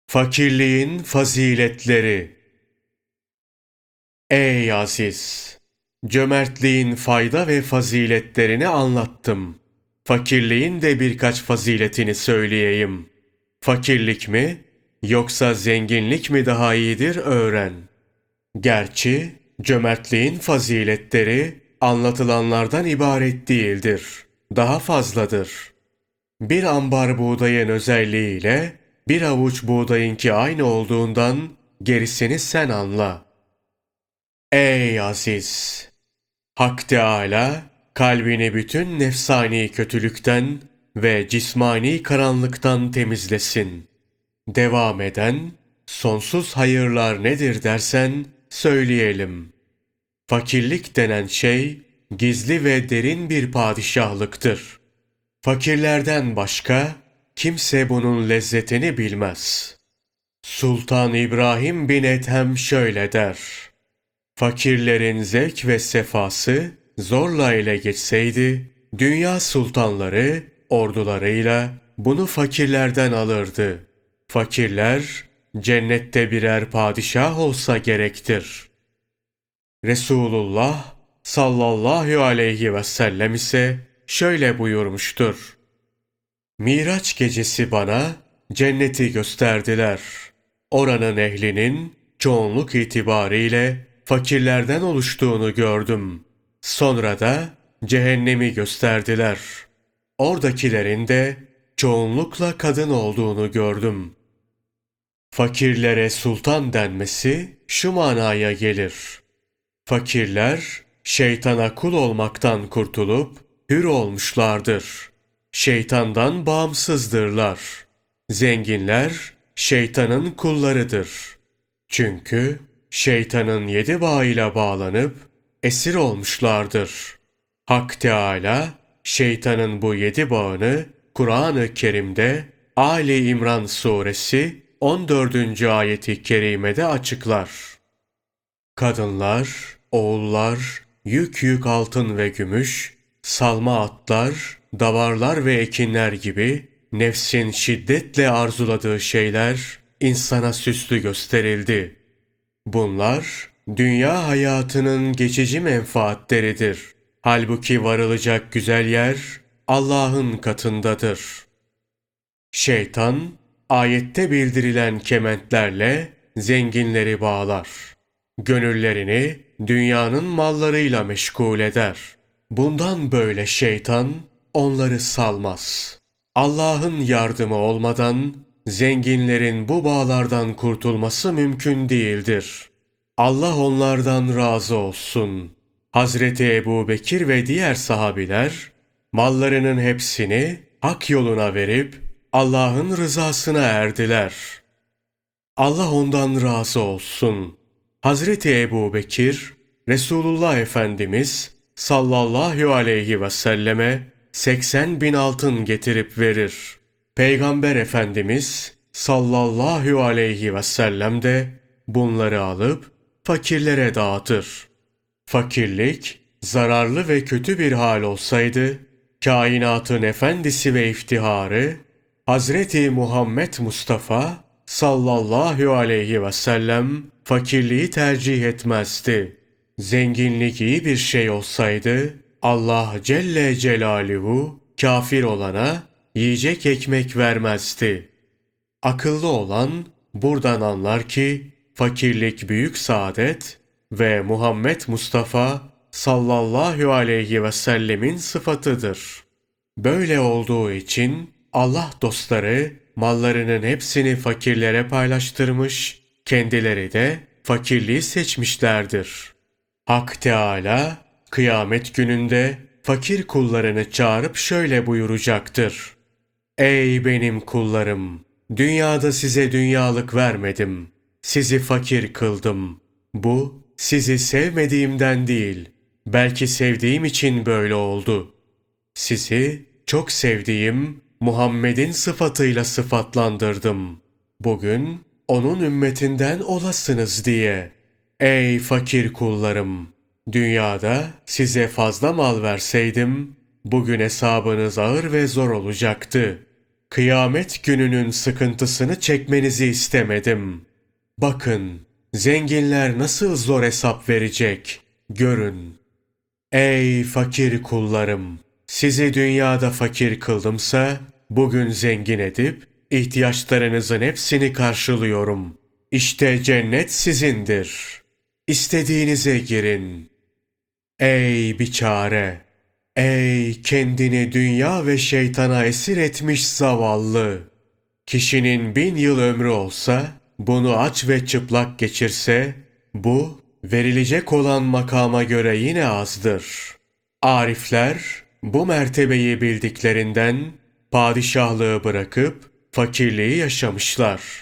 Fakirliğin faziletleri. Ey aziz! Cömertliğin fayda ve faziletlerini anlattım. Fakirliğin de birkaç faziletini söyleyeyim. Fakirlik mi, yoksa zenginlik mi daha iyidir öğren. Gerçi cömertliğin faziletleri anlatılanlardan ibaret değildir. Daha fazladır. Bir ambar buğdayın özelliğiyle bir avuç buğdayınki aynı olduğundan gerisini sen anla. Ey aziz! Hak Teâlâ kalbini bütün nefsani kötülükten ve cismani karanlıktan temizlesin. Devam eden sonsuz hayırlar nedir dersen söyleyelim. Fakirlik denen şey gizli ve derin bir padişahlıktır. Fakirlerden başka kimse bunun lezzetini bilmez. Sultan İbrahim bin Ethem şöyle der: fakirlerin zevk ve sefası zorla ele geçseydi, dünya sultanları ordularıyla bunu fakirlerden alırdı. Fakirler cennette birer padişah olsa gerektir. Resulullah sallallahu aleyhi ve sellem ise şöyle buyurmuştur: Miraç gecesi bana cenneti gösterdiler. Oranın ehlinin çoğunluk itibariyle fakirlerden oluştuğunu gördüm. Sonra da cehennemi gösterdiler. Oradakilerin de çoğunlukla kadın olduğunu gördüm. Fakirlere sultan denmesi şu manaya gelir: fakirler şeytana kul olmaktan kurtulup hür olmuşlardır. Şeytandan bağımsızdırlar. Zenginler şeytanın kullarıdır. Çünkü şeytanın 7 bağıyla bağlanıp esir olmuşlardır. Hak Teâlâ şeytanın bu 7 bağını Kur'an-ı Kerim'de Ali İmran suresi 14. ayeti kerimede açıklar. Kadınlar, oğullar, yük yük altın ve gümüş, salma atlar, davarlar ve ekinler gibi nefsin şiddetle arzuladığı şeyler insana süslü gösterildi. Bunlar dünya hayatının geçici menfaatleridir. Halbuki varılacak güzel yer Allah'ın katındadır. Şeytan ayette bildirilen kementlerle zenginleri bağlar. Gönüllerini dünyanın mallarıyla meşgul eder. Bundan böyle şeytan onları salmaz. Allah'ın yardımı olmadan zenginlerin bu bağlardan kurtulması mümkün değildir. Allah onlardan razı olsun. Hazreti Ebubekir ve diğer sahabiler mallarının hepsini hak yoluna verip Allah'ın rızasına erdiler. Allah ondan razı olsun. Hazreti Ebubekir, Resulullah Efendimiz sallallahu aleyhi ve selleme 80 bin altın getirip verir. Peygamber Efendimiz sallallahu aleyhi ve sellem de bunları alıp fakirlere dağıtır. Fakirlik zararlı ve kötü bir hal olsaydı, kainatın efendisi ve iftiharı Hazreti Muhammed Mustafa sallallahu aleyhi ve sellem fakirliği tercih etmezdi. Zenginlik iyi bir şey olsaydı Allah Celle Celaluhu kafir olana yiyecek ekmek vermezdi. Akıllı olan buradan anlar ki fakirlik büyük saadet ve Muhammed Mustafa sallallahu aleyhi ve sellemin sıfatıdır. Böyle olduğu için Allah dostları mallarının hepsini fakirlere paylaştırmış, kendileri de fakirliği seçmişlerdir. Hak Teâlâ kıyamet gününde fakir kullarını çağırıp şöyle buyuracaktır: Ey benim kullarım! Dünyada size dünyalık vermedim. Sizi fakir kıldım. Bu sizi sevmediğimden değil, belki sevdiğim için böyle oldu. Sizi çok sevdiğim Muhammed'in sıfatıyla sıfatlandırdım. Bugün onun ümmetinden olasınız diye. Ey fakir kullarım! Dünyada size fazla mal verseydim, bugün hesabınız ağır ve zor olacaktı. Kıyamet gününün sıkıntısını çekmenizi istemedim. Bakın, zenginler nasıl zor hesap verecek, görün. Ey fakir kullarım! Sizi dünyada fakir kıldımsa, bugün zengin edip, ihtiyaçlarınızın hepsini karşılıyorum. İşte cennet sizindir. İstediğinize girin. Ey biçare! Ey kendini dünya ve şeytana esir etmiş zavallı! Kişinin 1000 yıl ömrü olsa, bunu aç ve çıplak geçirse, bu verilecek olan makama göre yine azdır. Arifler bu mertebeyi bildiklerinden padişahlığı bırakıp fakirliği yaşamışlar.